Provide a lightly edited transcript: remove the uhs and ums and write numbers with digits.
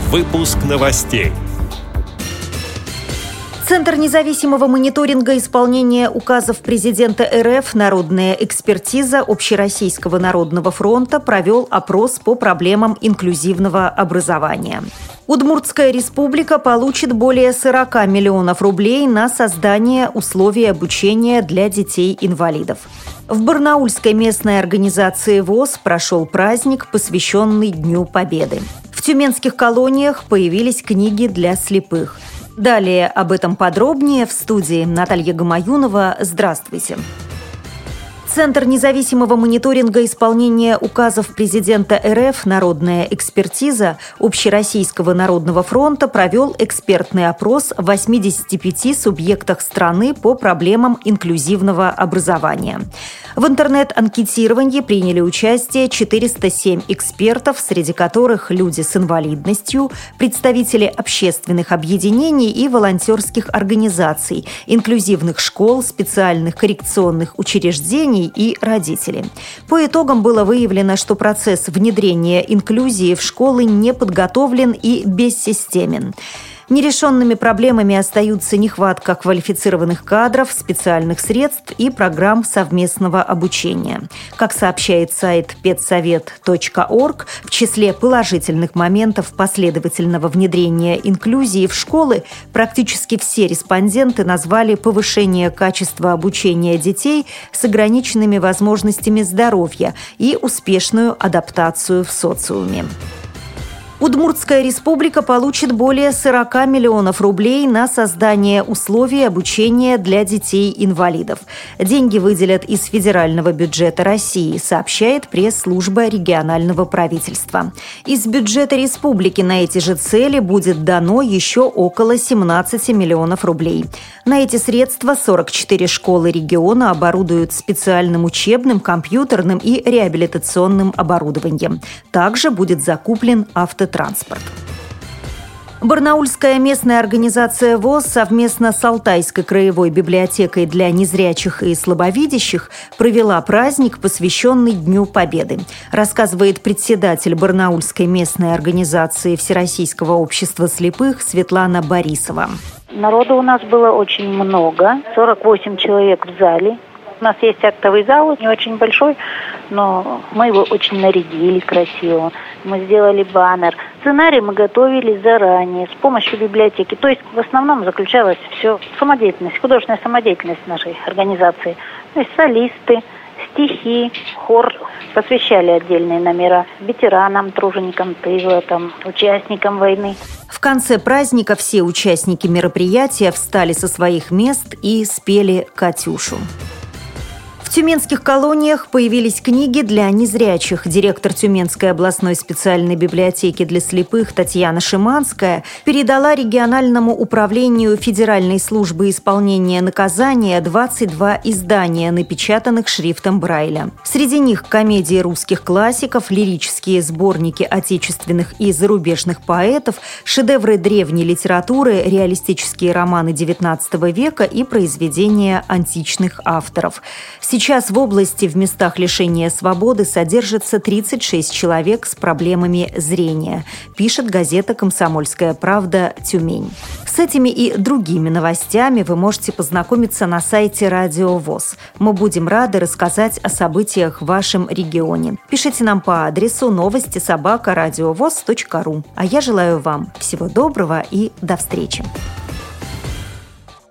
Выпуск новостей. Центр независимого мониторинга исполнения указов президента РФ «Народная экспертиза» Общероссийского народного фронта провел опрос по проблемам инклюзивного образования. Удмуртская республика получит более 40 миллионов рублей на создание условий обучения для детей-инвалидов. В Барнаульской местной организации ВОС прошел праздник, посвященный Дню Победы. В тюменских колониях появились книги для слепых. Далее об этом подробнее в студии Наталья Гамаюнова. Здравствуйте. Центр независимого мониторинга исполнения указов президента РФ «Народная экспертиза» Общероссийского народного фронта провел экспертный опрос в 85 субъектах страны по проблемам инклюзивного образования. В интернет-анкетировании приняли участие 407 экспертов, среди которых люди с инвалидностью, представители общественных объединений и волонтерских организаций, инклюзивных школ, специальных коррекционных учреждений и родители. По итогам было выявлено, что процесс внедрения инклюзии в школы не подготовлен и бессистемен. Нерешенными проблемами остаются нехватка квалифицированных кадров, специальных средств и программ совместного обучения. Как сообщает сайт педсовет.орг, в числе положительных моментов последовательного внедрения инклюзии в школы практически все респонденты назвали повышение качества обучения детей с ограниченными возможностями здоровья и успешную адаптацию в социуме. Удмуртская республика получит более 40 миллионов рублей на создание условий обучения для детей-инвалидов. Деньги выделят из федерального бюджета России, сообщает пресс-служба регионального правительства. Из бюджета республики на эти же цели будет дано еще около 17 миллионов рублей. На эти средства 44 школы региона оборудуют специальным учебным, компьютерным и реабилитационным оборудованием. Также будет закуплен автотранспорт. Барнаульская местная организация ВОС совместно с Алтайской краевой библиотекой для незрячих и слабовидящих провела праздник, посвященный Дню Победы, рассказывает председатель Барнаульской местной организации Всероссийского общества слепых Светлана Борисова. Народу у нас было очень много, 48 человек в зале. У нас есть актовый зал, не очень большой, но мы его очень нарядили красиво. Мы сделали баннер. Сценарий мы готовили заранее с помощью библиотеки. То есть в основном заключалась все самодеятельность, художественная самодеятельность нашей организации. То есть солисты, стихи, хор. Посвящали отдельные номера ветеранам, труженикам тыла, участникам войны. В конце праздника все участники мероприятия встали со своих мест и спели «Катюшу». В тюменских колониях появились книги для незрячих. Директор Тюменской областной специальной библиотеки для слепых Татьяна Шиманская передала региональному управлению Федеральной службы исполнения наказания 22 издания, напечатанных шрифтом Брайля. Среди них комедии русских классиков, лирические сборники отечественных и зарубежных поэтов, шедевры древней литературы, реалистические романы XIX века и произведения античных авторов. Сейчас в области в местах лишения свободы содержится 36 человек с проблемами зрения, пишет газета «Комсомольская правда. Тюмень». С этими и другими новостями вы можете познакомиться на сайте Радио ВОС. Мы будем рады рассказать о событиях в вашем регионе. Пишите нам по адресу новости@радиовос.ру. А я желаю вам всего доброго и до встречи.